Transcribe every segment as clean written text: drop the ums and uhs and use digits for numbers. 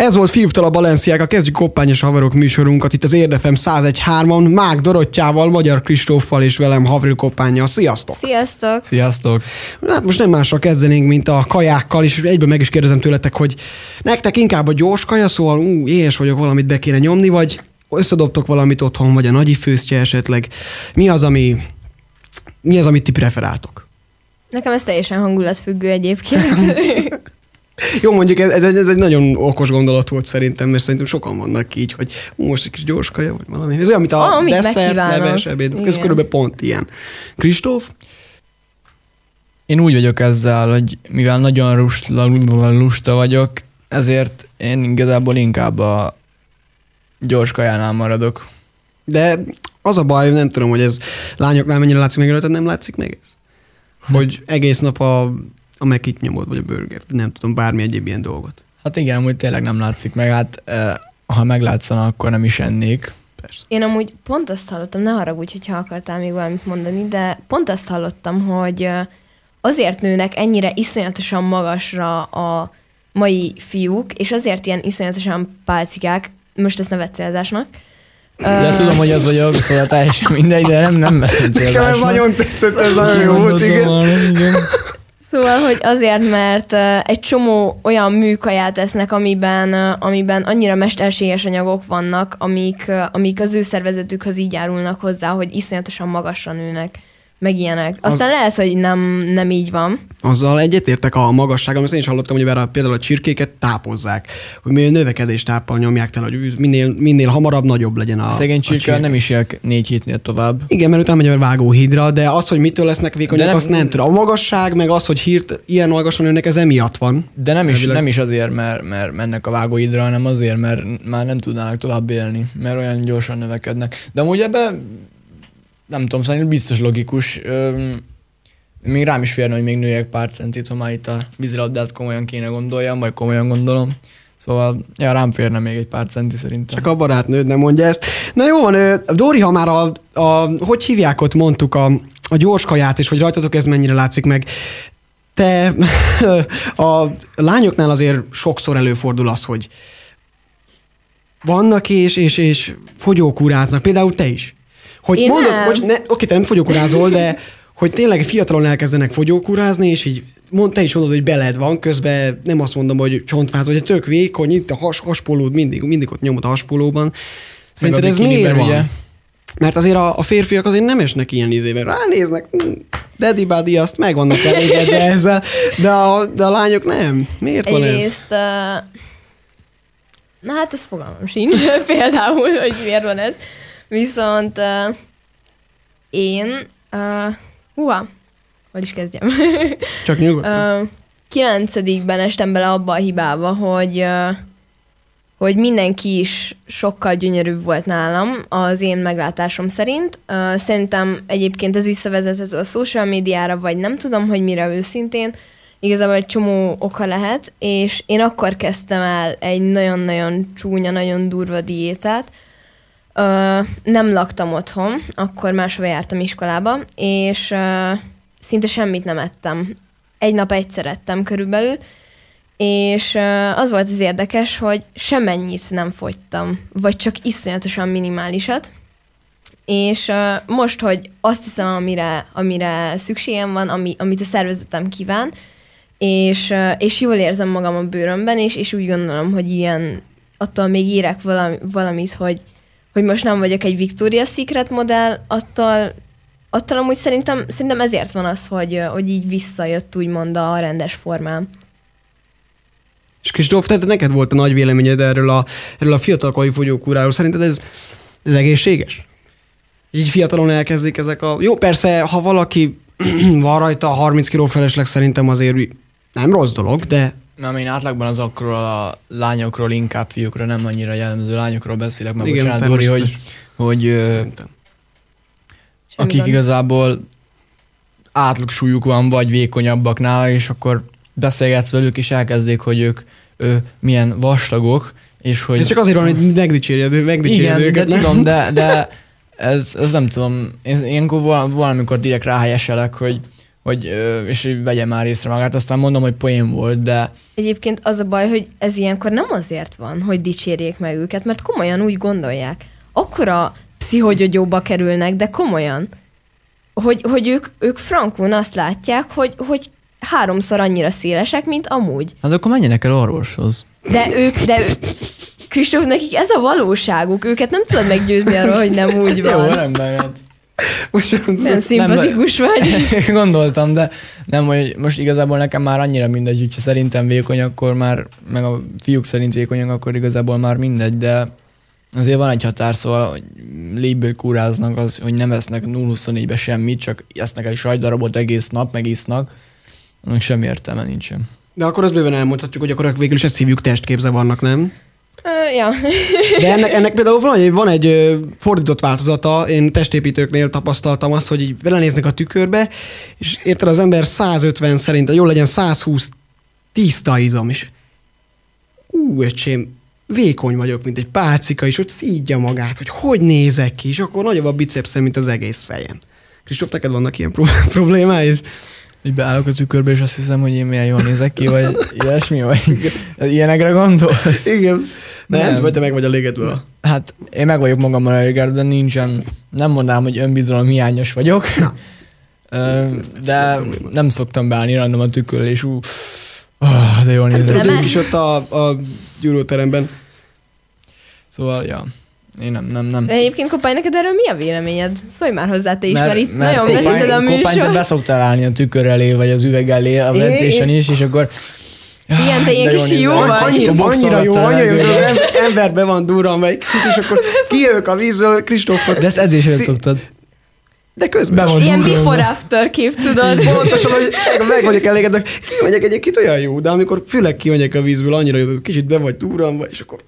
Ez volt Fiúttal a Balenciaga, kezdjük koppányos haverok műsorunkat itt az Érdefem 101.3-on, Mák Dorottyával, Magyar Kristóffal és velem Havril Koppánnyal. Sziasztok! Sziasztok! Sziasztok! Hát most nem mással kezdenénk, mint a kajákkal, és egyben meg is kérdezem tőletek, hogy nektek inkább a gyors kaja, szóval éhes vagyok, valamit be kéne nyomni, vagy összedobtok valamit otthon, vagy a nagyi főztje esetleg. Mi az, amit ti preferáltok? Nekem ez teljesen hangulatfüggő egyébként. Jó, mondjuk ez egy nagyon okos gondolat volt szerintem, mert szerintem sokan vannak így, hogy most egy kis gyors kaja, vagy valami. Ez olyan, mint a desszert, leves, ebéd, ez körülbelül pont ilyen. Kristóf? Én úgy vagyok ezzel, hogy mivel nagyon lusta vagyok, ezért én igazából inkább a gyors kajánál maradok. De az a baj, nem tudom, hogy ez lányoknál mennyire látszik meg előtted, nem látszik meg ez? Hogy egész nap a Mekit nyomod, vagy a burgert, nem tudom, bármi egyéb ilyen dolgot. Hát igen, hogy tényleg nem látszik meg, hát ha meglátszana, akkor nem is ennék. Persze. Én amúgy pont azt hallottam, ne haragudj, hogyha akartál még valamit mondani, de pont azt hallottam, hogy azért nőnek ennyire iszonyatosan magasra a mai fiúk, és azért ilyen iszonyatosan pálcikák, most ezt nevet célzásnak. De tudom, hogy az vagyok, szóval teljesen mindegy, de nem veszem célzásnak. Ez nagyon tetszett, ez nagyon jó volt, igen. Szóval, hogy azért, mert egy csomó olyan műkaját esznek, amiben annyira mesterséges anyagok vannak, amik az ő szervezetükhöz így járulnak hozzá, hogy iszonyatosan magasra nőnek, meg ilyenek. Aztán lehet, hogy nem így van. Azzal egyetértek a magassággal, mert én is hallottam, hogy például a csirkéket tápozzák, hogy minél növekedés táppal nyomják el, hogy minél hamarabb nagyobb legyen a szegény csirke nem is él 4 hétnél tovább. Igen, mert utána megy a vágóhídra, de az, hogy mitől lesznek vékonyak, azt nem tudom. A magasság, meg az, hogy ilyen magasan nőnek, ez emiatt van. De nem is azért, mert mennek a vágóhídra, hanem azért, mert már nem tudnának tovább élni, mert olyan gyorsan növekednek. De amúgy ebben nem tudom, szerintem biztos logikus. Még rám is férne, hogy még nőjek pár centit, ha már itt a vízilabdát komolyan kéne gondoljam, vagy komolyan gondolom. Szóval rám férne még egy pár centi szerintem. Csak a barátnőd nem mondja ezt. Na jó van, Dóri, ha már hogy hívják ott, mondtuk a gyors kaját, és hogy rajtatok ez mennyire látszik meg. Te a lányoknál azért sokszor előfordul az, hogy vannak és fogyókúráznak. Például te is. Hogy én mondod, nem. oké, te nem fogyókúrázol, de hogy tényleg fiatalon elkezdenek fogyókúrázni, és így te is mondod, hogy beled van, közben nem azt mondom, hogy csontváz, vagy tök vékony, itt a haspolód, mindig ott nyomod a haspolóban. Szerinted ez miért van? Ugye? Mert azért a férfiak azért nem esnek ilyen ízében. Ránéznek, daddy buddy, azt meg vannak elégedve ezzel, de a lányok nem. Miért van ez? Na hát ez fogalmam sincs például, hogy miért van ez. Viszont én... hol is kezdjem? Csak nyugodtan. 9-ben estem bele abba a hibába, hogy mindenki is sokkal gyönyörűbb volt nálam, az én meglátásom szerint. Szerintem egyébként ez visszavezethető a social médiára, vagy nem tudom, hogy mire őszintén. Igazából egy csomó oka lehet, és én akkor kezdtem el egy nagyon-nagyon csúnya, nagyon durva diétát. Nem laktam otthon, akkor máshova jártam iskolába, és szinte semmit nem ettem. Egy nap egyszer ettem körülbelül, és az volt az érdekes, hogy semennyit nem fogytam, vagy csak iszonyatosan minimálisat. És most, hogy azt hiszem, amire szükségem van, amit a szervezetem kíván, és jól érzem magam a bőrömben, és úgy gondolom, hogy ilyen, attól még érek valamit, hogy most nem vagyok egy Victoria's Secret modell, attól amúgy szerintem ezért van az, hogy így visszajött úgymond a rendes formám. És Kristóf, tehát neked volt a nagy véleményed erről a fiatalkori fogyókúráról. Szerinted ez egészséges? Így fiatalon elkezdik ezek a... Jó, persze, ha valaki van rajta 30 kiló felesleg, szerintem azért nem rossz dolog, de... Nem, én átlagban azokról a lányokról, inkább fiúkról, nem annyira jellemző lányokról beszélek, mert bocsánat, Dori, hogy akik igazából átlagsúlyuk van, vagy vékonyabbaknál, és akkor beszélgetsz velük, és elkezdték, hogy ők milyen vastagok, és hogy... Ez csak azért van, hogy megdicsérjed őket. Igen, de tudom, de ez nem tudom, én ilyenkor valamikor direkt ráhelyeselek, és hogy vegye már észre magát. Aztán mondom, hogy poén volt, de... Egyébként az a baj, hogy ez ilyenkor nem azért van, hogy dicsérjék meg őket, mert komolyan úgy gondolják. Akkora pszichogyógyóba kerülnek, de komolyan. Hogy ők frankon azt látják, hogy 3-szor annyira szélesek, mint amúgy. Hát akkor menjenek el orvoshoz. De ők Kristóf, nekik ez a valóságuk. Őket nem tudod meggyőzni arról, hogy nem úgy van. Jó, rendben, hát. Olyan szimpatikus vagy. Gondoltam, de nem, hogy most igazából nekem már annyira mindegy, hogyha szerintem vékony, akkor már, meg a fiúk szerint vékonyak, akkor igazából már mindegy, de azért van egy határ, szóval, hogy léből kúráznak az, hogy nem esznek 0-24-be semmit, csak esznek egy sajtdarabot egész nap, meg isznak, annak semmi értelme nincsen. De akkor azt bőven elmondhatjuk, hogy akkor végül is ezt hívjuk testképzavarnak, nem? Ja. De ennek például van egy fordított változata, én testépítőknél tapasztaltam azt, hogy így belenéznek a tükörbe, és érted az ember 150 szerint, jól legyen 120 tiszta izom is. Öcsém, vékony vagyok, mint egy pálcika, és ott szídja magát, hogy nézek ki, és akkor nagyobb a bicepszem, mint az egész fejem. Kristóf, neked vannak ilyen problémáid? Így beállok a tükörbe, és azt hiszem, hogy én milyen jól nézek ki, vagy ilyesmi, vagy ilyenekre gondolsz? Igen. Nem, vagy te meg vagy elégedve. Hát én meg vagyok magammal elégedve, nincsen, nem mondanám, hogy önbizalom hiányos vagyok, de nem szoktam beállni random a tükörre, és de jól nézek. Ők is ott a gyűrőteremben. Szóval, ja. Én nem. Egyébként Kopány, neked erről mi a véleményed? Szólj már hozzá te is, mert itt nagyon vezeted a műsor. Kopány, te beszoktál állni a tükör elé, vagy az üveg elé az edzésen is, és akkor... Igen, te ilyen kis jó vagy. Annyira jó, az emberbe van durran, és akkor kijövök a vízből, Kristófot. De ezt edzésre szoktad. De közben van. Ilyen before-after kép, tudod. Pontosan, hogy meg vagyok elégedve, kimegyek egyébként olyan jó, de amikor főleg kimegyek a vízből, annyira jó, kicsit be vagy durranva, és akkor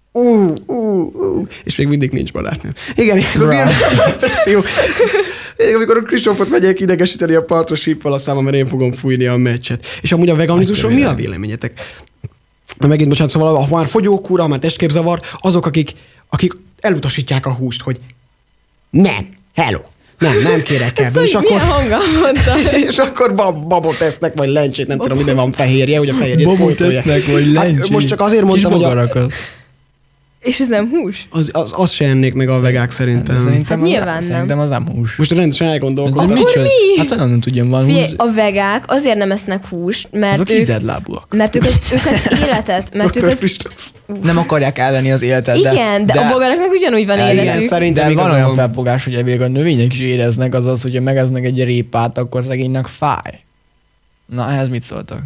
és még mindig nincs barátnőm. Igen, akkor milyen depresszió. Amikor a Kristófot megyek idegesíteni a partra síppal a számba, mert én fogom fújni a meccset. És amúgy a veganizmusról mi a véleményetek? Na megint, bocsánat, szóval ha már fogyókúra, ha már testképzavar, azok, akik elutasítják a húst, hogy nem, hello. Nem kérek ebből. És akkor, milyen hanggal mondta? És akkor babot esznek, vagy lencsét, nem tudom, miben van fehérje, hogy a fehérjét babot esznek, vagy lencsét. Hát most csak azért mondtam, hogy és ez nem hús? Az se ennék meg a vegák szerintem. Szerintem, hát nyilván nem. Szerintem az nem hús. Most rendesen elgondolkodom. Akkor mi? Hát olyan nem tudjam, van hús. A vegák azért nem esznek húst, mert azok ízedlábúak. Mert ők az életet, nem akarják elvenni az életet. Igen, de a bogaraknak ugyanúgy van életük. Igen, szerintem van olyan felfogás, hogy elvég a növények is éreznek, azaz, hogyha megeznek egy répát, akkor szegénynek fáj. Na, ehhez mit szóltak?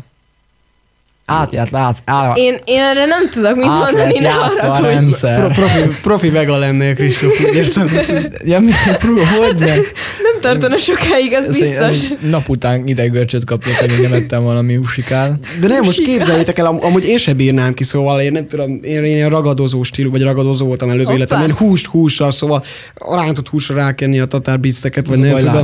Én erre nem tudok mit mondani, ne játszva a rendszer. Profi vega lennél, Kristóf, úgy érzem. Hogy ne? Nem tartana sokáig, az biztos. Nap után ideggörcsöt kapnék, hogy nem ettem valami húsikál. De nem, most képzeljétek el, amúgy én se bírnám ki, szóval én nem tudom, én ilyen ragadozó stílus, vagy ragadozó voltam előző életemben. Én hússal, szóval rántott húsra rákenni a tatárbicteket, vagy nem tudom.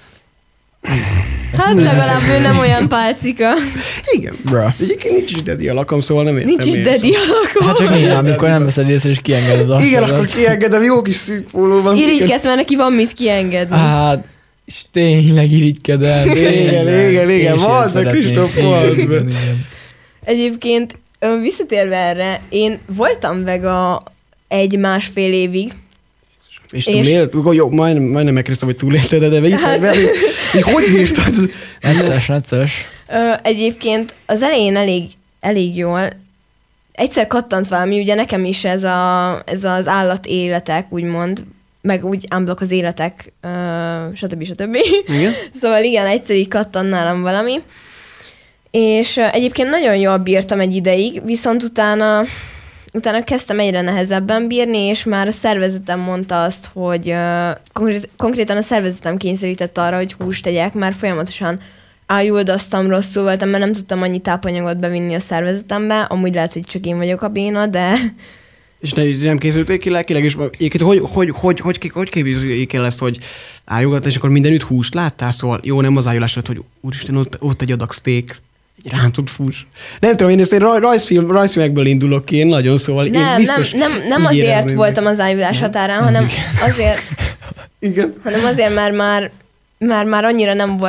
Hát legalább ő nem olyan pálcika. Igen. Egyébként nincs is dedi alakam, szóval nem értem. Nincs is dedi alakom. Hát csak néha, amikor nem veszed észre, és kiengeded azt. Igen, akkor kiengedem, jó kis szűk pólóban. Irigykedsz, mert neki van mit kiengedni. Hát, és tényleg irigykedem. Igen. Van, de Kristóf volt. Egyébként visszatérve erre, én voltam vega 1-1,5 évig. És túlélt? Jó, majdnem megkérdeztem, hogy túlélted, de itt vagy velünk. Hogy bírtad? Necces. Egyébként az elején elég jól. Egyszer kattant valami, ugye nekem is ez az állat életek, úgymond, meg úgy unblock az életek, stb. Igen? Szóval igen, egyszer így kattant nálam valami. És egyébként nagyon jól bírtam egy ideig, viszont utána kezdtem egyre nehezebben bírni, és már a szervezetem mondta azt, hogy konkrétan a szervezetem kényszerített arra, hogy húst tegyek, már folyamatosan ájuldoztam, rosszul voltam, mert nem tudtam annyi tápanyagot bevinni a szervezetembe, amúgy lehet, hogy csak én vagyok a béna, de... És nem készülték ki lelkileg, és hogy képzeljék el ezt, hogy ájugatni, és akkor mindenütt húst láttál, szóval jó, nem az ájulás lett, hogy úristen, ott egy adag steak, egy rántott hús. Nem tudom, én ezt egy rajzfilmekből indulok ki, én nagyon, szóval én biztos... Nem azért voltam az ájulás határán, hanem azért... Igen. Hanem azért, mert már annyira nem volt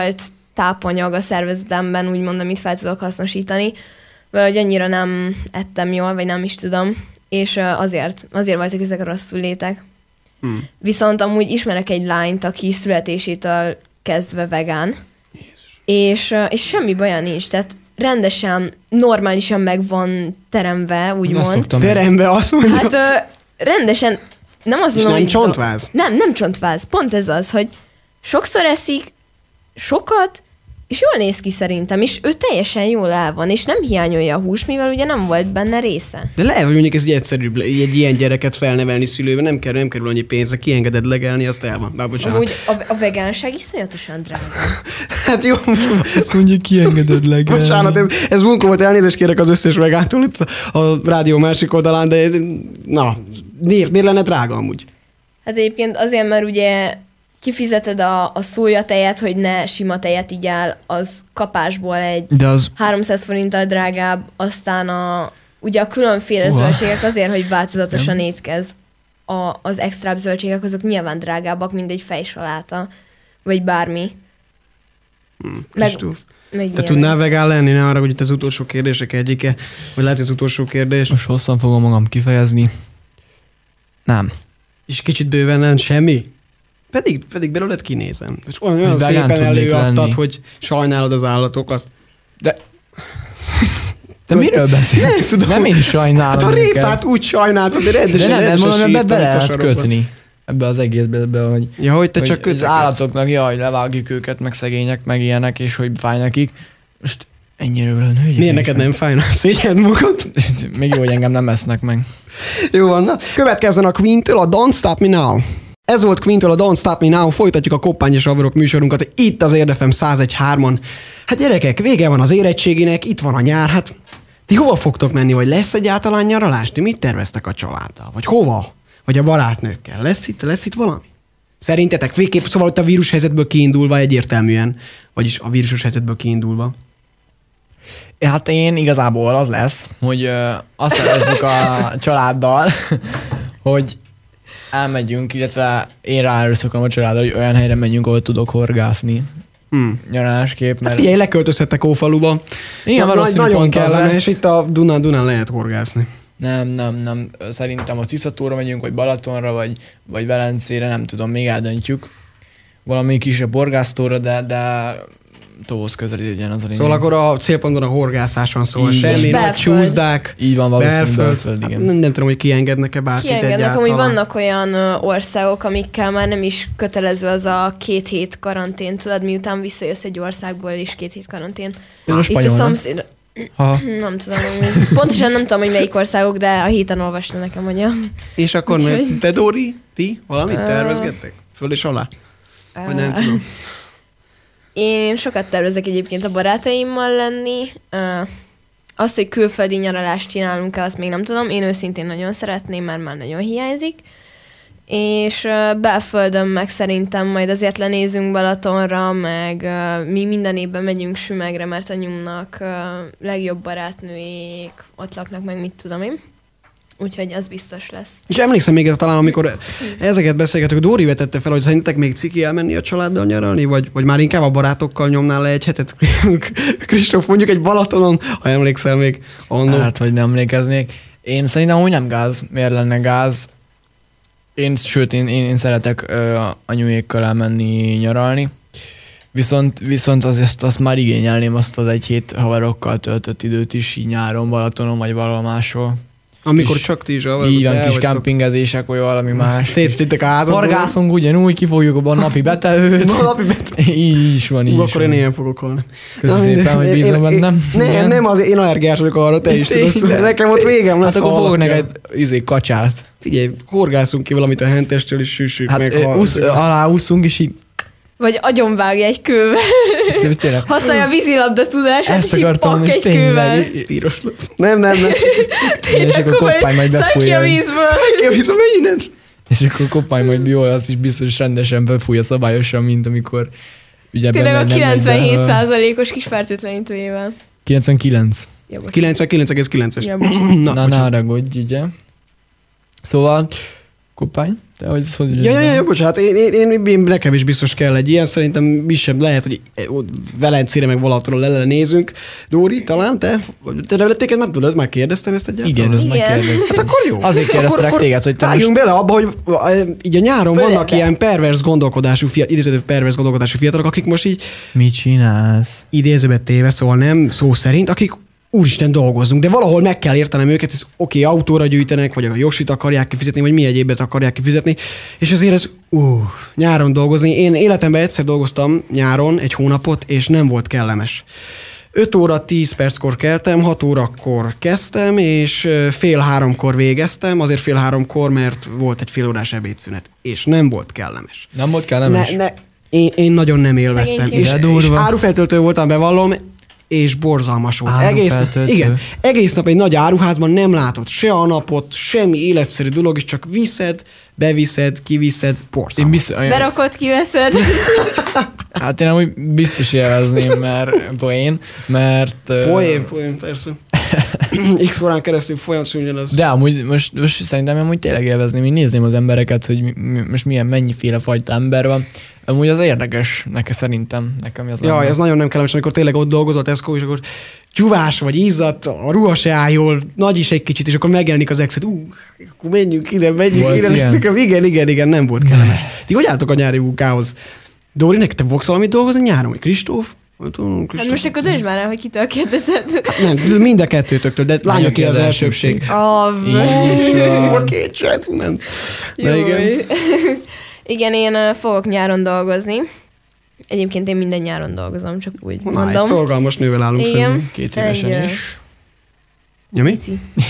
tápanyag a szervezetemben, úgymond, amit fel tudok hasznosítani. Valahogy annyira nem ettem jól, vagy nem is tudom, és azért voltak ezek a rosszul létek. Viszont amúgy ismerek egy lányt, aki születésétől kezdve vegán, és semmi baja nincs, tehát rendesen, normálisan meg van teremve, úgymond. Teremve, azt mondja. Hát rendesen, nem azt mondom, nem csontváz? Nem csontváz. Pont ez az, hogy sokszor eszik, sokat, és jól néz ki szerintem, és ő teljesen jól el van, és nem hiányolja a hús, mivel ugye nem volt benne része. De lehet, hogy mondjuk ez így egyszerűbb, egy ilyen gyereket felnevelni szülővel, nem kerül annyi pénzre, kiengeded legelni, azt el van. Bár bocsánat. Amúgy a vegánság iszonyatosan drága. Hát jó. Ezt mondjuk kiengeded legelni. Bocsánat, ez munkó volt, elnézést kérek az összes vegántól itt a rádió másik oldalán, de na, miért lenne drága amúgy? Hát egyébként azért, mert ugye kifizeted a szójatejet, hogy ne sima tejet igyál, az kapásból egy 300 forinttal drágább, aztán ugye a különféle zöldségek azért, hogy változatosan étkezz. Az extrább zöldségek azok nyilván drágábbak, mint egy fejsaláta, vagy bármi. Kristóf, te tudnál vegán lenni? Ne arra, hogy itt az utolsó kérdések egyike, vagy lehet, hogy az utolsó kérdés. Most hosszan fogom magam kifejezni. Nem. És kicsit bőven nem semmi? Pedig belőled kinézem. És olyan szépen előadtad, hogy sajnálod az állatokat. De miről beszélsz? Nem tudom. Nem én sajnálom. Hát a répát úgy sajnáltad, de rendesen de nem, mondom, ebbe be lehet kötni. Ebbe az egészbe, hogy, ja, hogy te hogy csak az állatoknak, hogy levágjuk őket, meg szegények, meg ilyenek, és hogy fáj nekik. Most ennyire lenne. Miért neked nem fájna? Szégyeld magad? Még jó, hogy engem nem esznek meg. Jó van, na. Következzen a Queen-től a Don't Stop Me Now. Ez volt Queen-től a Don't Stop Me Now, folytatjuk a Koppány és Haverok műsorunkat itt az Érdefem 101.3-on. Hát gyerekek, vége van az érettségének, itt van a nyár, hát ti hova fogtok menni, vagy lesz egyáltalán nyaralás? Ti mit terveztek a családdal? Vagy hova? Vagy a barátnőkkel? Lesz itt valami? Szerintetek végképp, szóval ott a vírushelyzetből kiindulva egyértelműen, vagyis a vírusos helyzetből kiindulva? Hát én igazából az lesz, hogy azt tervezzük a családdal, hogy elmegyünk, illetve én ráerőszakom a családdal, hogy olyan helyre menjünk, ahol tudok horgászni. Nyaralásképp. Mert... Figyelj, leköltözhettek Ófaluba. Igen, nagyon kellene, és itt a Dunán lehet horgászni. Nem. Szerintem a Tiszatóra megyünk, vagy Balatonra, vagy Velencére, nem tudom, még eldöntjük. Valami kisebb horgásztóra, de tóhoz közel legyen az a lényeg. Szóval akkor a célponton a horgászás van, szóval semmi nagy csúszdák. Így van, valószínűleg belföld, igen. Nem tudom, hogy kiengednek-e bárkit egyáltalán. Kiengednek, amúgy vannak olyan országok, amikkel már nem is kötelező az a 2 hét karantén, tudod, miután visszajössz egy országból is 2 hét karantén. Itt a szomszéd... Nem tudom, pontosan nem tudom, hogy melyik országok, de a héten olvasni nekem, hogy És akkor te, Dóri, ti valamit tervezgettek? Föl és alá? Vagy nem tudom. Én sokat tervezek egyébként a barátaimmal lenni. Azt, hogy külföldi nyaralást csinálunk-e, azt még nem tudom. Én őszintén nagyon szeretném, mert már nagyon hiányzik. És belföldön meg szerintem majd azért lenézünk Balatonra, meg mi minden évben megyünk Sümegre, mert anyunknak legjobb barátnőjék ott laknak, meg mit tudom én. Úgyhogy az biztos lesz. És emlékszem még talán, amikor ezeket beszélgetünk, Dóri vetette fel, hogy szerintetek még ciki elmenni a családdal nyaralni, vagy már inkább a barátokkal nyomnál le egy hetet? Kristóf, mondjuk egy Balatonon, ha emlékszel még annól. Hát, hogy nem emlékeznék. Én szerintem úgy nem gáz. Miért lenne gáz? Én szeretek anyuékkal elmenni nyaralni. Viszont azt már igényelném azt az 1 hét haverokkal töltött időt is, így nyáron, Balatonon, vagy valahol máshol. Amikor csak ti is így van, kis kempingezések, vagy valami más. Szétszítek a házat. Horgászunk ugyanúgy, kifogjuk a napi beteőt. Így is van, így is akkor én ilyen fogok holni. Köszönöm szépen, hogy bízom bennem. Nem, azért én allergiás vagyok arra, te is tudod. Nekem ott végem lesz. Hát akkor fogok neked kacsát. Figyelj, horgászunk ki valamit a hentestől, és süssük meg. Alá úszunk, és így vagy agyonvágja egy kővel. Használja a vízilabda tudását, ezt akartam, és tényleg. Piros lesz. Nem. És akkor Koppány majd befújja. Szedj ki a vízből. Innen. És akkor Koppány majd jól, azt is biztos rendesen befújja szabályosan, mint amikor ugye tényleg a 97%-os kis fertőtlenítőjével. 99. 99,9-es. Na, ne haragudj, ugye. Szóval, Koppány, De hogy ezt hogy Ja, bocsánat, én nekem is biztos kell egy ilyen, szerintem is sem lehet, hogy Velencére meg Balatról nézünk. Dóri, talán te? Te téged már tudod, már kérdeztem ezt egyáltalán? Igen, ez megkérdez. Hát akkor jó. Azért kérdeztelek téged, hogy te vágjunk bele abba, hogy így a nyáron Bele. vannak ilyen pervers gondolkodású fiatalok, akik most így mit csinálsz? idézőbe téve, szóval nem szó szerint, akik úristen dolgozzunk, de valahol meg kell értenem őket, ez oké, autóra gyűjtenek, vagy a jogsit akarják kifizetni, vagy mi egyébet akarják kifizetni, és azért ez nyáron dolgozni. Én életemben egyszer dolgoztam nyáron egy hónapot, és nem volt kellemes. 5 óra 10 perckor keltem, 6 órakor kezdtem, és fél 3-kor végeztem, azért fél 3-kor, mert volt egy fél órás ebédszünet, és nem volt kellemes. Nem volt kellemes? Én nagyon nem élveztem. Szegényként. És árufeltöltő voltam, bevallom, és borzalmas volt. Egész nap egy nagy áruházban nem látod se a napot, semmi életszerű dolog, és csak viszed, beviszed, kiviszed, borzalmas. Berakod, kiveszed. Hát én amúgy biztos élvezném, mert Poén, persze. X órán keresztül folyamatosan ugyanaz. De amúgy most szerintem amúgy tényleg élvezném, én nézném az embereket, hogy most mennyiféle fajta ember van. Amúgy az érdekes, szerintem. Nekem ez ja, ez nagyon nem kellemes, amikor tényleg ott dolgozott Tesco, és akkor csuvás vagy izzadt, a ruha se áll jól, nagy is egy kicsit, és akkor megjelenik az exet. Akkor menjünk ide. Nekem igen, nem volt kellemes. Ti hogy álltok a nyári munkához? Dóri, neked te fogsz valamit dolgozni nyáron, vagy Kristóf? Hát most akkor döntsd már el, hogy kitől kérdezed. Nem, mind a kettőtöktől, de lányoké az elsőbség. A két srác, nem. Igen. Igen, én fogok nyáron dolgozni. Egyébként én minden nyáron dolgozom, csak úgy mondom. Egy szorgalmas nővel állunk Igen. 2 évesen is. Ja, mi?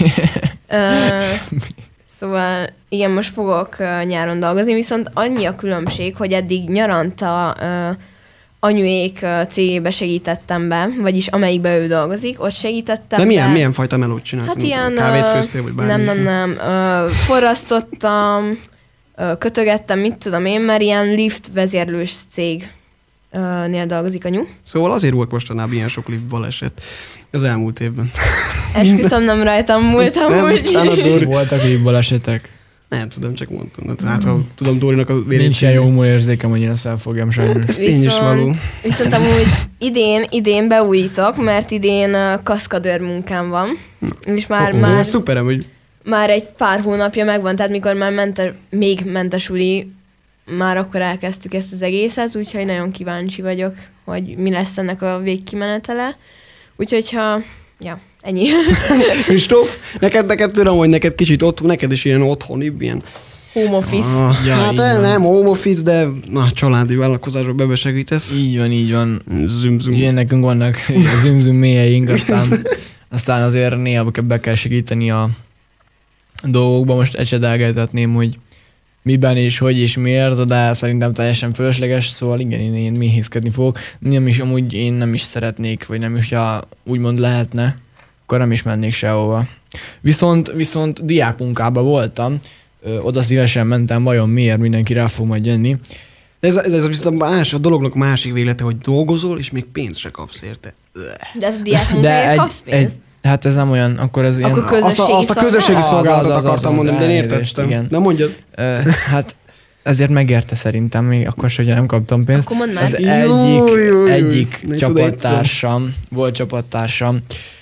Szóval igen, most fogok nyáron dolgozni, viszont annyi a különbség, hogy eddig nyaranta anyuék cégébe segítettem be, vagyis amelyikbe ő dolgozik, ott segítettem de be. milyen fajta melót csináltam? Hát ilyen... Kávét főztél, vagy bármi? Nem. Forrasztottam, kötögettem, mit tudom én, mert ilyen lift vezérlős cégnél dolgozik anyu. Szóval azért volt mostanában ilyen sok lift baleset az elmúlt évben. Esküszöm, nem rajtam múlt amúgy. Voltak lift balesetek? Nem tudom, csak mondtam. Hát, ha tudom Dórinak a vérét. Nincs ilyen jó humorérzékem, hogy én ezt elfogjam sajnos. Ez tény is való. Viszont amúgy idén beújítok, mert idén kaszkadőr munkám van. És már szuper, hogy már egy pár hónapja megvan, tehát mikor már még ment a suli, már akkor elkezdtük ezt az egészet, úgyhogy nagyon kíváncsi vagyok, hogy mi lesz ennek a végkimenetele. Úgyhogy ennyi. Kristóf, neked tudom, hogy neked kicsit neked is ilyen otthonibb, ilyen home office. Hát nem home office, de családi vállalkozásra bebesegítesz. Így van. Züm-züm. Ugye nekünk vannak züm-züm mélyeink, aztán azért néha be kell segíteni a dolgokban. Most ecsedelgetetném, hogy miben és hogy és miért, de szerintem teljesen fölösleges, szóval igen, én méhészkedni fogok. Amúgy én nem is szeretnék, vagy nem is, ha úgymond lehetne, akkor nem is mennék sehova. Viszont diákmunkában voltam, oda szívesen mentem, vajon miért, mindenki rá fog majd jönni. De ez viszont a dolognak másik véglete, hogy dolgozol, és még pénzt se kapsz érte. De ez a diákmunkáért kapsz pénzt? Hát ez nem olyan, akkor ez ilyen... Azt a közösségi szolgálatot akartam mondani, de én értettem. Igen. Na mondjad. Hát ezért megérte szerintem, még akkor se, hogy nem kaptam pénzt. Akkor mondd már. Az egyik csapattársam, volt csapattársam,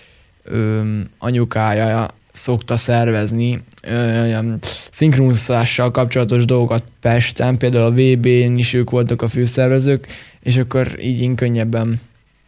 anyukája szokta szervezni szinkronszással kapcsolatos dolgokat Pesten, például a VB-n is ők voltak a főszervezők, és akkor így én könnyebben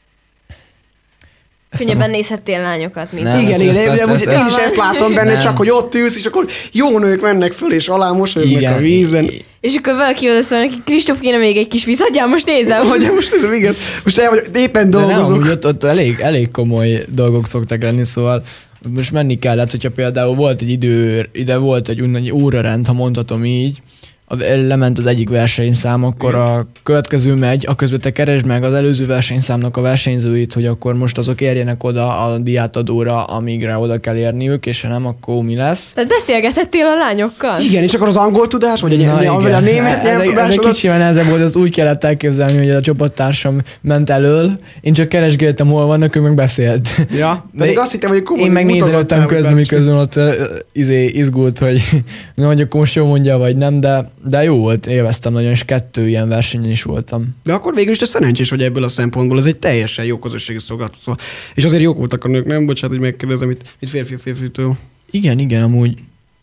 nézhettél lányokat, mint igen, én is ezt látom benne, csak hogy ott ülsz, és akkor jó nők mennek föl, és alá mosolyognak a vízben. És akkor valaki oda szól neki, Kristóf, kéne még egy kis víz, hagyjál, most nézem. Igen. Most éppen dolgozok. De ott elég komoly dolgok szoktak lenni, szóval most menni kellett, hogyha például volt egy volt egy órarend, ha mondhatom így, lement az egyik versenyszám, akkor a következő megy, a közben te keresd meg az előző versenyszámnak a versenyzőit, hogy akkor most azok érjenek oda a diátadóra, amígre oda kell érniük, és ha nem, akkor mi lesz. Tehát beszélgethettél a lányokkal? Igen, és akkor az angol tudás, vagy a német ez egy kicsivel nehezebb volt, azt úgy kellett elképzelni, hogy a csapattársam ment elől, én csak keresgéltem, hol vannak, ő meg beszélt. Ja, pedig azt hittem, hogy én meg nézelődtem közben, miközben ott izgult, hogy akkor most jó mondja, vagy nem, de jó volt, élveztem nagyon, és 2 ilyen versenyen is voltam. De akkor végül is te szerencsés vagy ebből a szempontból, ez egy teljesen jó közösségi szolgáltató. És azért jók voltak a nők, nem? Bocsánat, hogy megkérdezem itt férfitől. Igen, amúgy.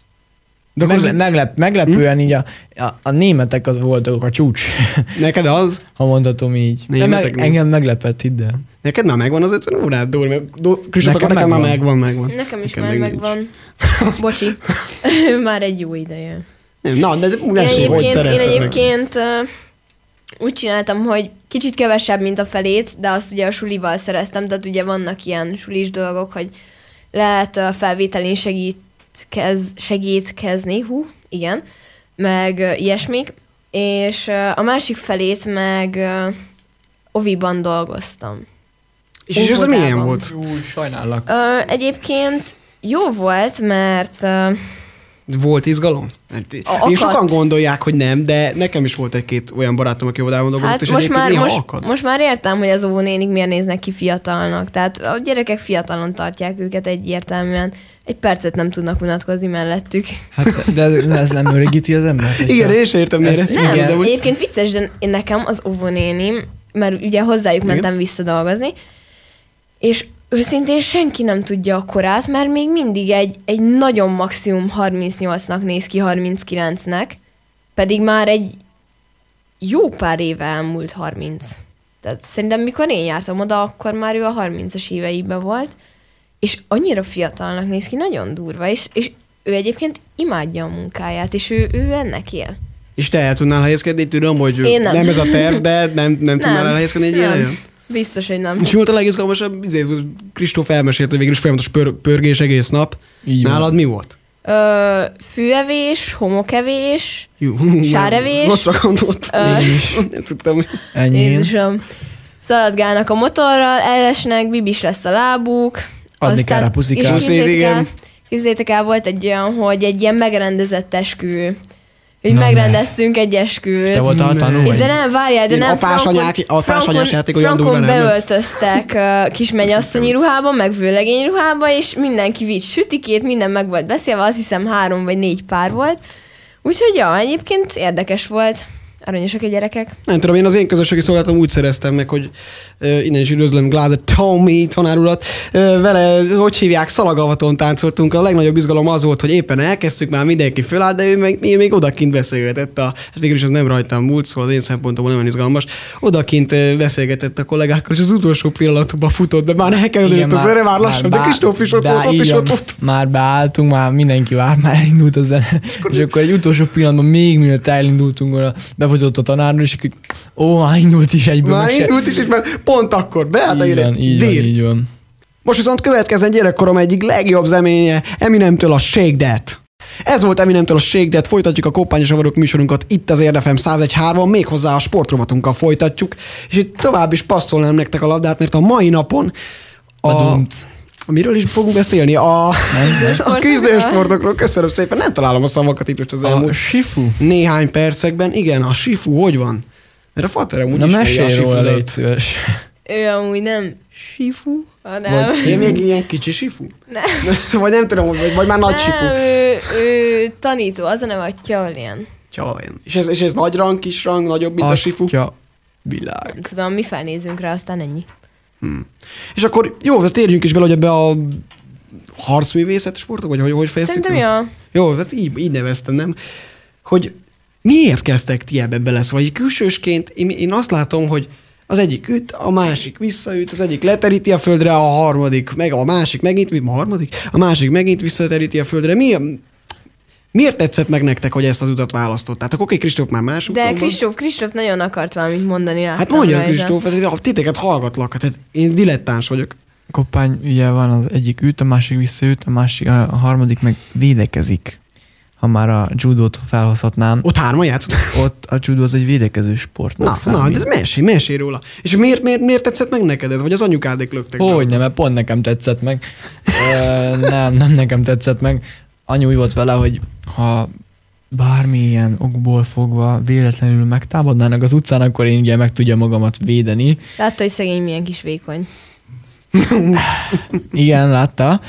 De meglepően így a németek az voltak a csúcs. Neked az? Ha mondhatom így. Engem meglepett, hidd el. Neked már megvan az 50 órád, Dóri? Kristóf, nekem már megvan. Nekem is már megvan. Bocsi. Már egy jó ideje. Na, de én egyébként úgy csináltam, hogy kicsit kevesebb, mint a felét, de azt ugye a sulival szereztem, tehát ugye vannak ilyen sulis dolgok, hogy lehet felvételén segítkezni, igen, meg ilyesmik, és a másik felét meg oviban dolgoztam. És ez milyen volt? Új, sajnállak. Egyébként jó volt, mert volt izgalom? Én sokan gondolják, hogy nem, de nekem is volt egy-két olyan barátom, aki óvodában dolgozott, hát és most már értem, hogy az óvónénik miért néznek ki fiatalnak. Tehát a gyerekek fiatalon tartják őket egyértelműen. Egy percet nem tudnak unatkozni mellettük. Hát, de ez nem örögíti az ember? Igen, én is értem, miért ezt. Nem, de egyébként vicces, de nekem az óvónénim, mert ugye hozzájuk mentem visszadolgozni, és őszintén senki nem tudja a korát, mert még mindig egy nagyon maximum 38-nak néz ki, 39-nek, pedig már egy jó pár éve elmúlt 30. Tehát szerintem mikor én jártam oda, akkor már ő a 30-as éveiben volt, és annyira fiatalnak néz ki, nagyon durva, és ő egyébként imádja a munkáját, és ő ennek él. És te el tudnál helyezkedni? Tudom, hogy nem ez a terv, de nem tudnál elhelyezkedni egy ilyen helyen? Biztos, hogy nem. És mi volt a legizgalmasabb? Kristóf elmesélt, hogy végül is folyamatos pörgés egész nap. Így nálad mi volt? Fűevés, homokevés, sárevés. Rosszra gondolt. Nem tudtam. Ennyi. Jézusom. Szaladgálnak a motorral, elesnek, bibis lesz a lábuk. Adni kell a puszikát. Képzeljétek el, volt egy olyan, hogy egy ilyen megrendezett esküvő. Hogy megrendeztünk egy esküvőt. Te voltál a tanú? De nem, várjál, de nem. Apásanyás játék olyan durva nem. Beöltöztek kismennyasszonyi ruhába, meg vőlegény ruhába, és mindenki vitt sütikét, minden meg volt beszélve, azt hiszem 3 vagy 4 pár volt. Úgyhogy ja, egyébként érdekes volt. Aranyosak a gyerekek. Nem tudom, én az én közösségi szolgálatom úgy szereztem meg, hogy innen is üdvözlöm Glázer Tommy tanárulat. Vele, hogy hívják, szalagavaton táncoltunk. A legnagyobb izgalom az volt, hogy éppen elkezdtük, már mindenki fölállt, de ő még odakint beszélgetett. Hát végül is az nem rajtam múlt, szóval az én szempontomból nem olyan izgalmas. Odakint beszélgetett a kollégákkal, és az utolsó pillanatban futott, de már elkezdődött az ere, már lassan, de Kristóf is ott volt, Már beálltunk, már mindenki vár, már elindult a zene. És akkor egy utolsó pillanatban még mielőtt elindultunk volna, befogyott a tanárnő, és már indult is egyből. Már indult is, mert pont akkor beállt a gyerek. Így van. Most viszont következzen gyerekkorom egyik legjobb zeménye, Eminemtől a Shake That. Ez volt Eminemtől a Shake That, folytatjuk a Koppány és Avarok műsorunkat itt az Érdefem 101.3-on, méghozzá a sportrovatunkkal folytatjuk, és itt tovább is passzolnám nektek a labdát, mert a mai napon miről is fogunk beszélni? A küzdősportokról. Köszönöm szépen, nem találom a szavakat itt most az elmúlt néhány percekben. Igen, a Sifu, hogy van? Mert a fater amúgy ismeri a Sifu. Légy szíves. Ő amúgy nem Sifu, hanem... Én még ilyen kicsi Sifu? Nem. Vagy nem tudom, vagy már nagy Sifu. Ő tanító, az a neve a Tyalien. És ez nagy rang, kis rang, nagyobb, mint a Sifu? Világ. Nem tudom, mi felnézünk rá, aztán ennyi. És akkor jó, de térjünk is bele, hogy ebbe a harcművészet sportok, vagy hogy fejeztük? Szerintem ja. Jó, hát így neveztem, nem? Hogy miért kezdtek ti ebbe bele? Szóval egy külsősként én azt látom, hogy az egyik üt, a másik visszaüt, az egyik leteríti a földre, a harmadik, meg a másik megint, a másik megint visszateríti a földre. Miért tetszett meg nektek, hogy ezt az utat választottátok? Oké, Kristóf már más De Kristóf nagyon akart valamit mondani. Hát mondja, Kristóf, titeket hallgatlak, hát én dilettáns vagyok. Koppány ugye van, az egyik üt, a másik visszaüt, a harmadik meg védekezik. ha már a judót felhozhatnám, Ott 3-an játszott? ott a judó az egy védekező sport. Na, de mesélj róla. És miért tetszett meg neked ez? Vagy az anyukádék löktek? Hogy nem, mert pont nekem tetszett meg. Nem nekem tetszett meg. Anyu úgy volt vele, hogy ha bármilyen okból fogva véletlenül megtámadnának az utcán, akkor én ugye meg tudja magamat védeni. Látta, hogy szegény milyen kis vékony. Igen, látta.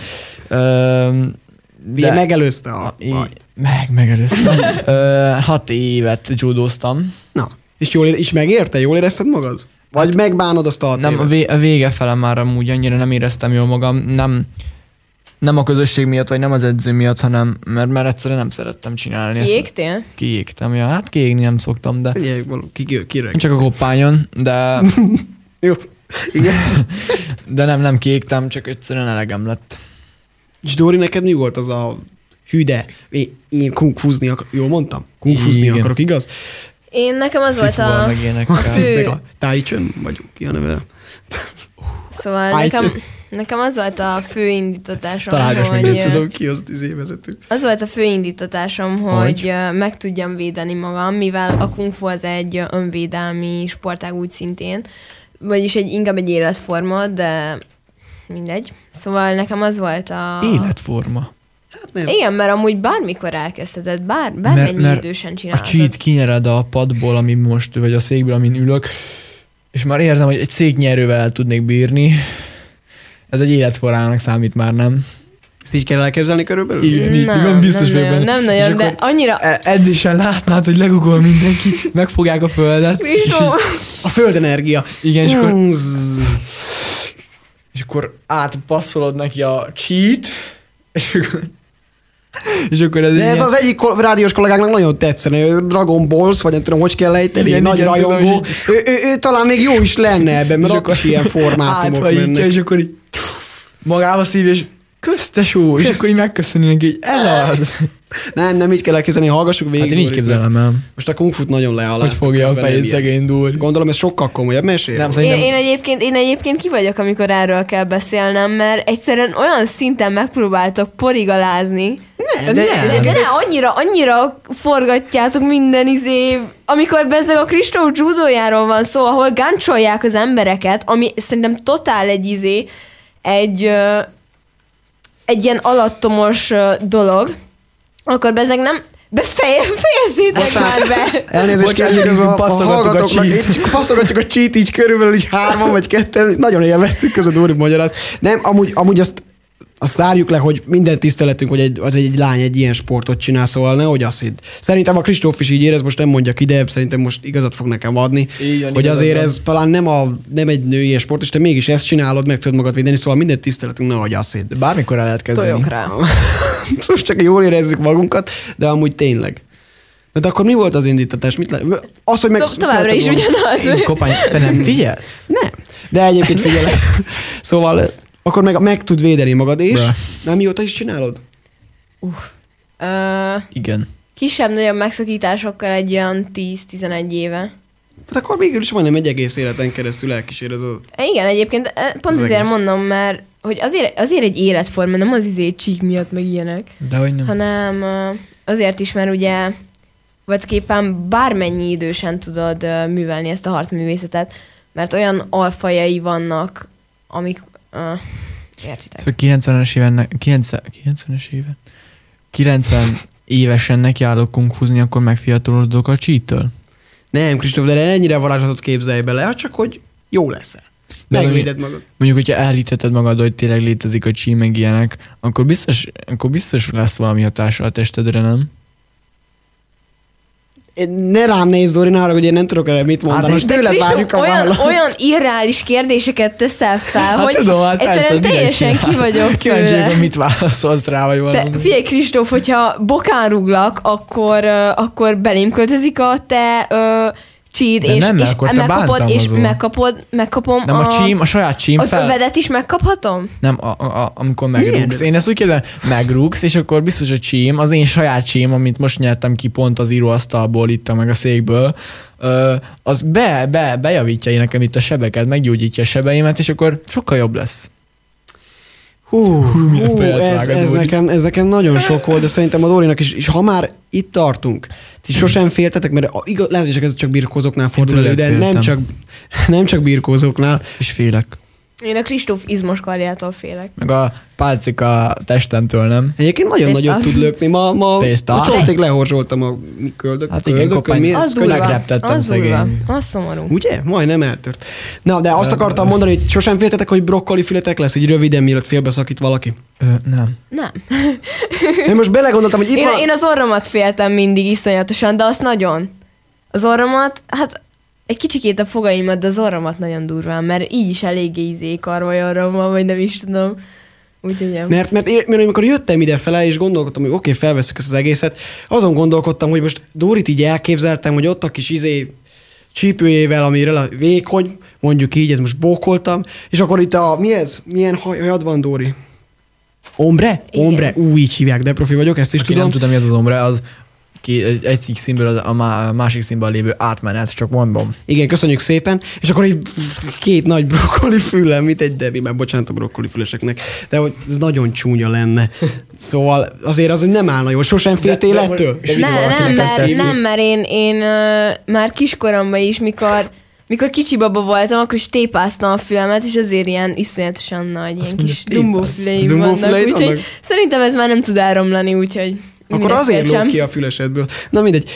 De megelőzte a... Megelőzte. 6 évet judóztam. Na, és megérte? Jól érezted magad? Vagy megbánod azt a Nem, a vége fele már amúgy annyira nem éreztem jól magam. Nem a közösség miatt, vagy nem az edző miatt, hanem mert egyszerűen nem szerettem csinálni. Kiégtél? Kiégtem, ja. Hát kiégni nem szoktam, de... Figyelj, kire? Csak a koppányon, de... Jó. Igen. De nem kiégtem, csak egyszerűen elegem lett. És Dóri, neked mi volt az a hüde? Én kungfuzni akarok. Jól mondtam? Kungfuzni akarok, igaz? Nekem az volt a fő... Meg a Tai-Chun, vagy ki a neve? Szóval nekem az volt a fő indítatásom, Találgass meg, nem tudom ki az vezető. Az volt a fő indítatásom, hogy meg tudjam védeni magam, mivel a kung fu az egy önvédelmi sportág úgy szintén, vagyis inkább egy életforma, de mindegy. Szóval nekem az volt a... Életforma. Hát nem. Igen, mert amúgy bármikor elkezdheted, bármennyi idősen csinálhatod. A cheat kinyered a padból, ami most, vagy a székből, amin ülök, és már érzem, hogy egy széknyerővel el tudnék bírni. Ez egy életforrának számít már, nem? Ezt így kell elképzelni körülbelül? Igen, biztos vagyok benne. Nem nagyon, de annyira... Edzésen látnád, hogy legugol mindenki, megfogják a földet. A földenergia. Igen, és akkor átpasszolod neki a cheat, és akkor ez... De ez az egyik rádiós kollégáknak nagyon tetszene, Dragon Balls, vagy nem tudom, hogy kell ejteni, igen, nagy rajongó. Ő talán még jó is lenne ebben, mert ott is ilyen formátumok mennek. És akkor így magába szív, és köztesó, és akkor így megköszöni neki, hogy ez az. Nem így kell elképzelni, hallgassuk végig. Hát én így képzelem el. Most a kung fut nagyon lealáztuk. Hogy fogja a fejét szegény Dóri. Gondolom, ez sokkal komolyabb, mesélj. Én egyébként ki vagyok, amikor erről kell beszélnem, mert egyszerűen olyan szinten megpróbáltok porigalázni. De annyira forgatjátok minden amikor bezzeg a Kristóf judójáról van szó, ahol gáncsolják az embereket, ami szerintem totál egy ilyen alattomos dolog, akkor bezzeg nem... Fejezzétek már be! Elnézést kérjük, közben passzolgatjuk a cheat így körülbelül így 3 vagy 2, nagyon élveztük közben Dóri magyaráz. Nem, amúgy azt szárjuk le, hogy minden tiszteletünk, hogy az egy lány egy ilyen sportot csinál, szóval nehogy azt hidd. Szerintem a Kristóf is így érez, most nem mondjak ide, szerintem most igazat fog nekem adni, igen, hogy azért ez talán nem egy női sport, és te mégis ezt csinálod, meg tudod magad védeni, szóval minden tiszteletünk, nehogy azt hidd. Bármikor el lehet kezdeni. Tojok rá. Szóval csak jól érezzük magunkat, de amúgy tényleg. De akkor mi volt az indítatás? Az, hogy továbbra is ugyanaz. Kopány, te nem figyelsz? Nem. De egyébként figyelek. Szóval akkor meg tud védeni magad, és nem mióta is csinálod? Igen. Kisebb-nagyobb megszakításokkal egy olyan 10-11 éve. Hát akkor végül is majdnem egy egész életen keresztül elkísérez a... Igen, egyébként pont azért mondom, mert hogy azért egy életforma, nem az csík miatt meg ilyenek. Dehogy nem. Hanem azért is, mert ugye voltaképpen bármennyi idősen tudod művelni ezt a harcművészetet, mert olyan alfajai vannak, amik... értitek. Szóval 90 évesen nekiállok kungfuzni, akkor megfiatalodok a cheat-től? Nem, Kristóf, de ennyire varázslatot képzelj bele, csak hogy jó leszel. Megvéded magad. Mondjuk, hogyha elhiteted magad, hogy tényleg létezik a chi, meg ilyenek, akkor biztos lesz valami hatása a testedre, nem? Ne rám nézz, Dóri, arra, hogy én nem tudok erre mit mondani. Hát, tőled várjuk a választ. Olyan irreális kérdéseket teszel fel, hogy tudom, egyszerűen teljesen ki vagyok tőle. Kíváncsi, mit válaszolsz rá, vagy valami. De figyelj, Kristóf, hogyha bokán rúglak, akkor belém költözik a te cheat, és megkapom nem a saját csím az övedet is megkaphatom? Nem, amikor megrúgsz. Én ezt úgy képzelem, megrúgsz, és akkor biztos a csím, az én saját csím, amit most nyertem ki pont az íróasztalból, itt meg a székből, az bejavítja nekem itt a sebeket, meggyógyítja a sebeimet, és akkor sokkal jobb lesz. Ez nekem nagyon sok volt, de szerintem a Dórinak is, és ha már itt tartunk, ti sosem féltetek, mert lehet, hogy ez csak birkózóknál fordul elő, de nem csak birkózóknál. És félek. Én a Kristóf izmos karjától félek. Meg a pálcika testemtől, nem? Egyébként nagyon nagyot tud lökni. Ma csontig lehorzsoltam a köldököt. Hát igen, kopány, megreptettem szegény. Az szomorú. Ugye? Majdnem eltört. Na, de azt akartam mondani, hogy sosem féltetek, hogy brokkoli fületek lesz, így röviden, mielőtt félbeszakít valaki. Nem. Én most belegondoltam, hogy én az orromat féltem mindig iszonyatosan, de azt nagyon. Az orromat, hát egy kicsikét a fogaimat, de az orromat nagyon durván, mert így is eléggé karvaj orrommal, vagy nem is tudom. Úgyhogy mert amikor jöttem idefele, és gondolkodtam, hogy oké, felveszük ezt az egészet, azon gondolkodtam, hogy most Dórit így elképzeltem, hogy ott a kis csípőjével, amire vékony, mondjuk így, ez most bókoltam, és akkor itt mi ez? Milyen hajad van, Dóri? Ombre? Igen. Ombre, így hívják, de profi vagyok, ezt is tudom. Nem tudom, mi az az ombre, az egy színből a másik színben lévő átmenet, csak mondom. Igen, köszönjük szépen. És akkor így 2 nagy brokkoli fülem, mint egy Debbie, már bocsánat a brokkoli füleseknek, de hogy ez nagyon csúnya lenne. Szóval azért az, hogy nem állna jól. Sosem féltél ettől? Nem, mert én már kiskoromban is, mikor kicsi baba voltam, akkor is tépáztam a fülemet, és azért ilyen iszonyatosan nagy, ilyen kis dumbófüleim vannak. Úgyhogy szerintem ez már nem tud elromlani, úgyhogy akkor azért lóg ki a fülesedből. Na mindegy.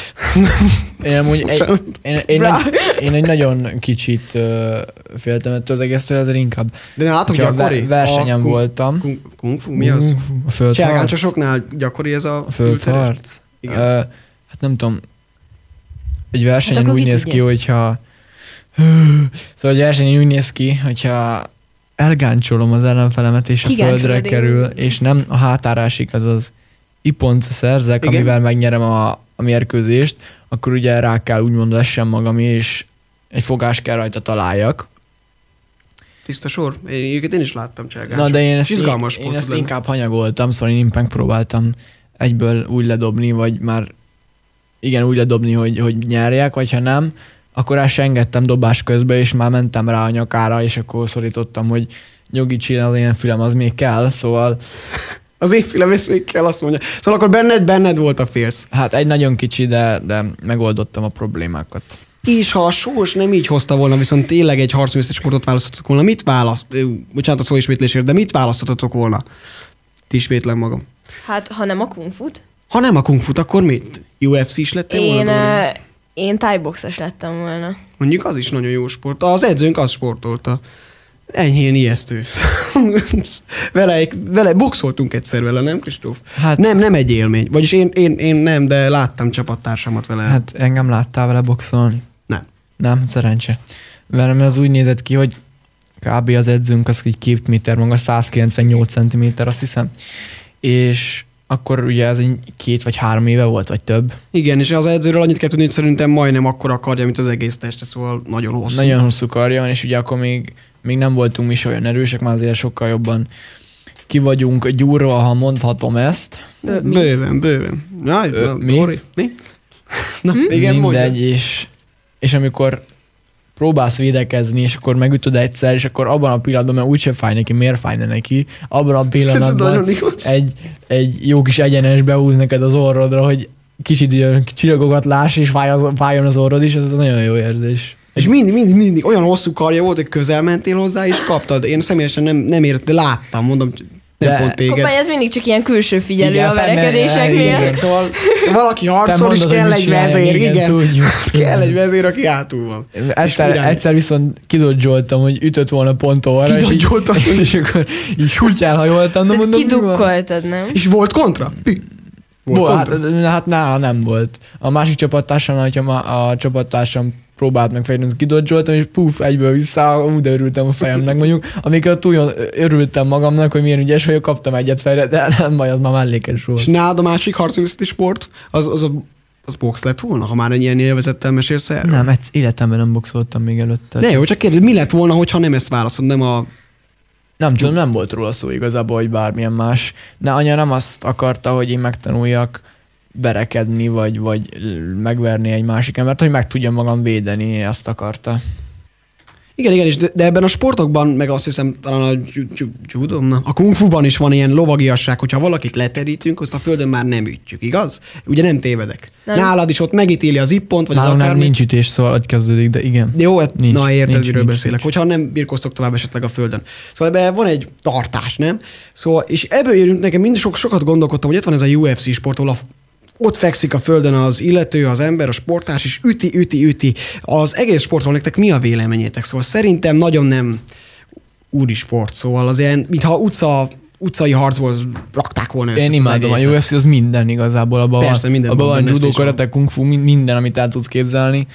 Én egy nagyon kicsit féltem ettől az egésztől, azért inkább. De látok gyakori? Versenyen voltam. Kung fu, mi az? A földharc. Cselgáncsosoknál gyakori ez a földharc? Hát nem tudom. Egy versenyen úgy néz ki, hogyha... Szóval egy versenyen úgy néz ki, hogyha elgáncsolom az ellenfelemet, és a földre kerül, és nem a hátára esik, azaz ipont szerzek, igen, amivel megnyerem a mérkőzést, akkor ugye rá kell úgymond essem magam, és egy fogás kell rajta találjak. Tiszta sor. Én is láttam cselgácsot. Na, de én ezt inkább hanyagoltam, szóval én megpróbáltam egyből úgy ledobni, vagy már igen, úgy ledobni, hogy nyerjek, vagy ha nem, akkor el se engedtem dobás közben, és már mentem rá a nyakára, és akkor szorítottam, hogy nyugi csinál, az én fülem, az még kell, szóval... Az én fülem, ezt még kell, azt mondja. Szóval akkor benned volt a félsz. Hát egy nagyon kicsi, de megoldottam a problémákat. És ha a sós nem így hozta volna, viszont tényleg egy harcművészeti sportot választottak volna, bocsánat a szóismétlésért, de mit választottatok volna? Ismétlem magam. Hát, ha nem a kungfut? Ha nem a kungfut, akkor mit? UFC is lettél volna? Én thai-boxos lettem volna. Mondjuk az is nagyon jó sport. Az edzőnk az sportolta. Enyhén ijesztő. vele boxoltunk egyszer vele, nem, Kristóf? Hát, nem egy élmény. Vagyis én nem, de láttam csapattársamat vele. Hát engem láttál vele boxolni? Nem, szerencse. Mert az úgy nézett ki, hogy kb. Az edzőnk az egy 2 méter magas, 198 cm, azt hiszem. És akkor ugye ez egy 2 vagy 3 éve volt, vagy több. Igen, és az edzőről annyit kell tudni, hogy szerintem majdnem akkora karja, mint az egész teste, szóval nagyon hosszú. Nagyon hosszú karja van, és ugye akkor még nem voltunk is olyan erősek, már azért sokkal jobban ki vagyunk gyúrva, ha mondhatom ezt. Bőven. Mi? Na, igen, mindegy, és amikor próbálsz védekezni, és akkor megütöd egyszer, és akkor abban a pillanatban, mert úgyse fáj neki, miért fájna neki, abban a pillanatban egy jó kis egyenes behúz neked az orrodra, hogy kicsit csillagokat láss, és fájjon az orrod is, ez nagyon jó érzés. És mindig olyan hosszú karja volt, hogy közel mentél hozzá, és kaptad. Én személyesen nem értem, de láttam, mondom, nem pont téged. Kopány, ez mindig csak ilyen külső figyelő, igen, a verekedéseknél. Igen, szóval valaki harcol, és kell egy vezér, igen. Kell egy vezér, aki hátul van. Egyszer viszont kidodzsoltam, hogy ütött volna pont orra, és akkor így úgy elhajoltam. Tehát kidukkoltad, nem? És volt kontra? Hát nála nem volt. A másik csapattársam, hogyha a csapattársam próbált meg fejlődni, kidodzsoltam, és egyből vissza, úgy örültem a fejemnek mondjuk. Amikor túl örültem magamnak, hogy milyen ügyes vagyok, kaptam egyet fejre, de nem baj, az már mellékes volt. És nálad a másik harcművészeti sport, az box lett volna, ha már egy ilyen élvezettel mesélsz erről? Nem, életemben nem boxoltam még előtte. De jó, csak kérdez, mi lett volna, hogyha nem ezt választod, nem a... Nem tudom, nem volt róla szó igazából, hogy bármilyen más. De anya nem azt akarta, hogy én megtanuljak verekedni, vagy megverni egy másik embert, hogy meg tudjam magam védeni, azt akarta. Igen, és de ebben a sportokban, meg azt hiszem talán a judo, a kung fuban is van ilyen lovagiasság, hogyha valakit leterítünk, azt a földön már nem ütjük, igaz? Ugye nem tévedek. Nem. Nálad is ott megítéli az ippont, vagy nálunk az akármi. Nincs ütés, szóval hogy kezdődik, de igen. Jó, hát nincs, na érted, miről beszélek. Nincs. Hogyha nem birkoztok tovább esetleg a földön. Szóval ebben van egy tartás, nem? Szóval, és ebből érünk, nekem mindig sokat gondolkodtam, hogy ott van ez a UFC sport, ahol ott fekszik a földön az illető, az ember, a sportás, és üti. Az egész sportról nektek mi a véleményétek? Szóval szerintem nagyon nem úri sport, szóval az ilyen, mintha utcai harcból rakták volna össze. Én imádom, a UFC az minden igazából, abban van judo, karate, kung fu, minden, amit el tudsz képzelni.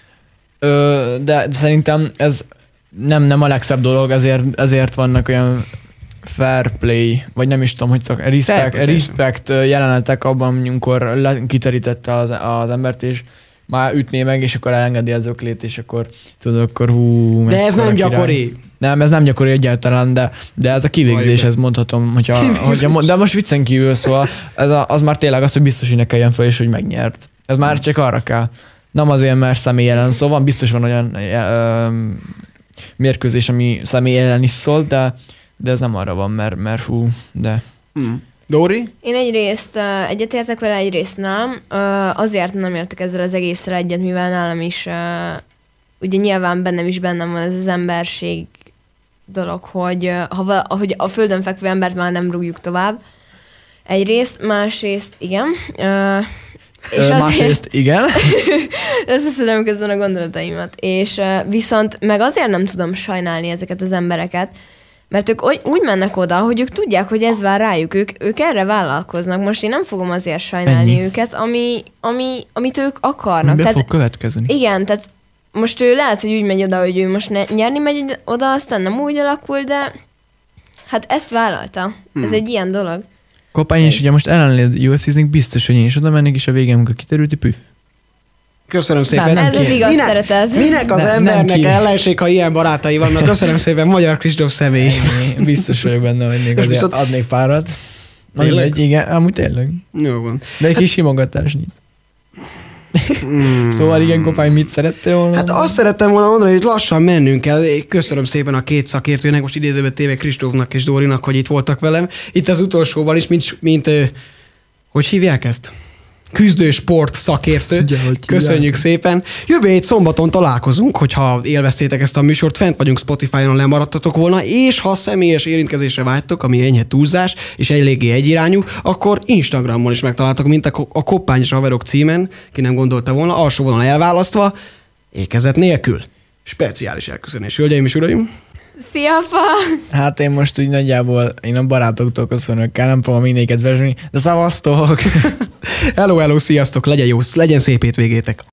De szerintem ez nem a legszebb dolog, ezért vannak olyan fair play, vagy nem is tudom, hogy respect jelenetek abban, amikor kiterítette az embert, és már ütné meg, és akkor elengedi az öklét, és akkor tudod, akkor de ez nem gyakori. Nem, ez nem gyakori egyáltalán, de ez a kivégzés, ez mondhatom, de most viccen kívül, szóval az már tényleg az, hogy biztos, hogy ne kelljen fel, és hogy megnyert. Ez már csak arra kell. Nem azért, mert személy ellen szól, van biztos van olyan mérkőzés, ami személy ellen is szól, de ez nem arra van, mert de... Dóri? Én egyrészt egyetértek vele, egyrészt nem. Azért nem értek ezzel az egészre egyet, mivel nálam is ugye nyilván bennem van ez az emberség dolog, hogy hogy a földön fekvő embert már nem rúgjuk tovább. Egyrészt, másrészt igen. És másrészt igen. Összeszedem közben a gondolataimat. És viszont meg azért nem tudom sajnálni ezeket az embereket, mert ők úgy mennek oda, hogy ők tudják, hogy ez vár rájuk, ők erre vállalkoznak. Most én nem fogom azért sajnálni őket, amit ők akarnak. Be fog következni. Igen, tehát most ő lehet, hogy úgy megy oda, hogy ő most nyerni megy oda, aztán nem úgy alakul, de hát ezt vállalta. Ez egy ilyen dolog. Kopány is ugye most ellenléd UFC-zni, biztos, hogy én is oda mennék, és a végén, amikor kiterülti, püff. Köszönöm szépen. Ez az igaz szeretet. Minek az embernek ellenség, ha ilyen barátai vannak? Köszönöm szépen, Magyar Kristóf személy. Biztos vagyok benne, hogy még azért adnék párat. Tényleg? Igen, amúgy tényleg. Jó van. De egy kis simogatás nyit. Szóval igen, Kopány, mit szerettél volna? Hát azt szerettem volna mondani, hogy lassan mennünk kell. Köszönöm szépen a két szakértőnek, most idézőben téve Kristófnak és Dórinak, hogy itt voltak velem. Itt az utolsóban is, mint hogy hívják ezt? Küzdősport szakértő. Köszönjük szépen. Jövő hét szombaton találkozunk, hogyha élveztétek ezt a műsort, fent vagyunk Spotify-on, lemaradtatok volna, és ha személyes érintkezésre vágytok, ami enyhe túlzás, és eléggé egyirányú, akkor Instagramon is megtaláltok, mint a Koppányos Haverok címen, ki nem gondolta volna, alsó vonal elválasztva, ékezet nélkül. Speciális elköszönés, hölgyeim és uraim! Szia, apa! Hát én most úgy nagyjából, én a barátoktól köszönök el, nem fogom mindéket vezsni, de szavaztok! Hello, sziasztok, legyen szép hétvégétek!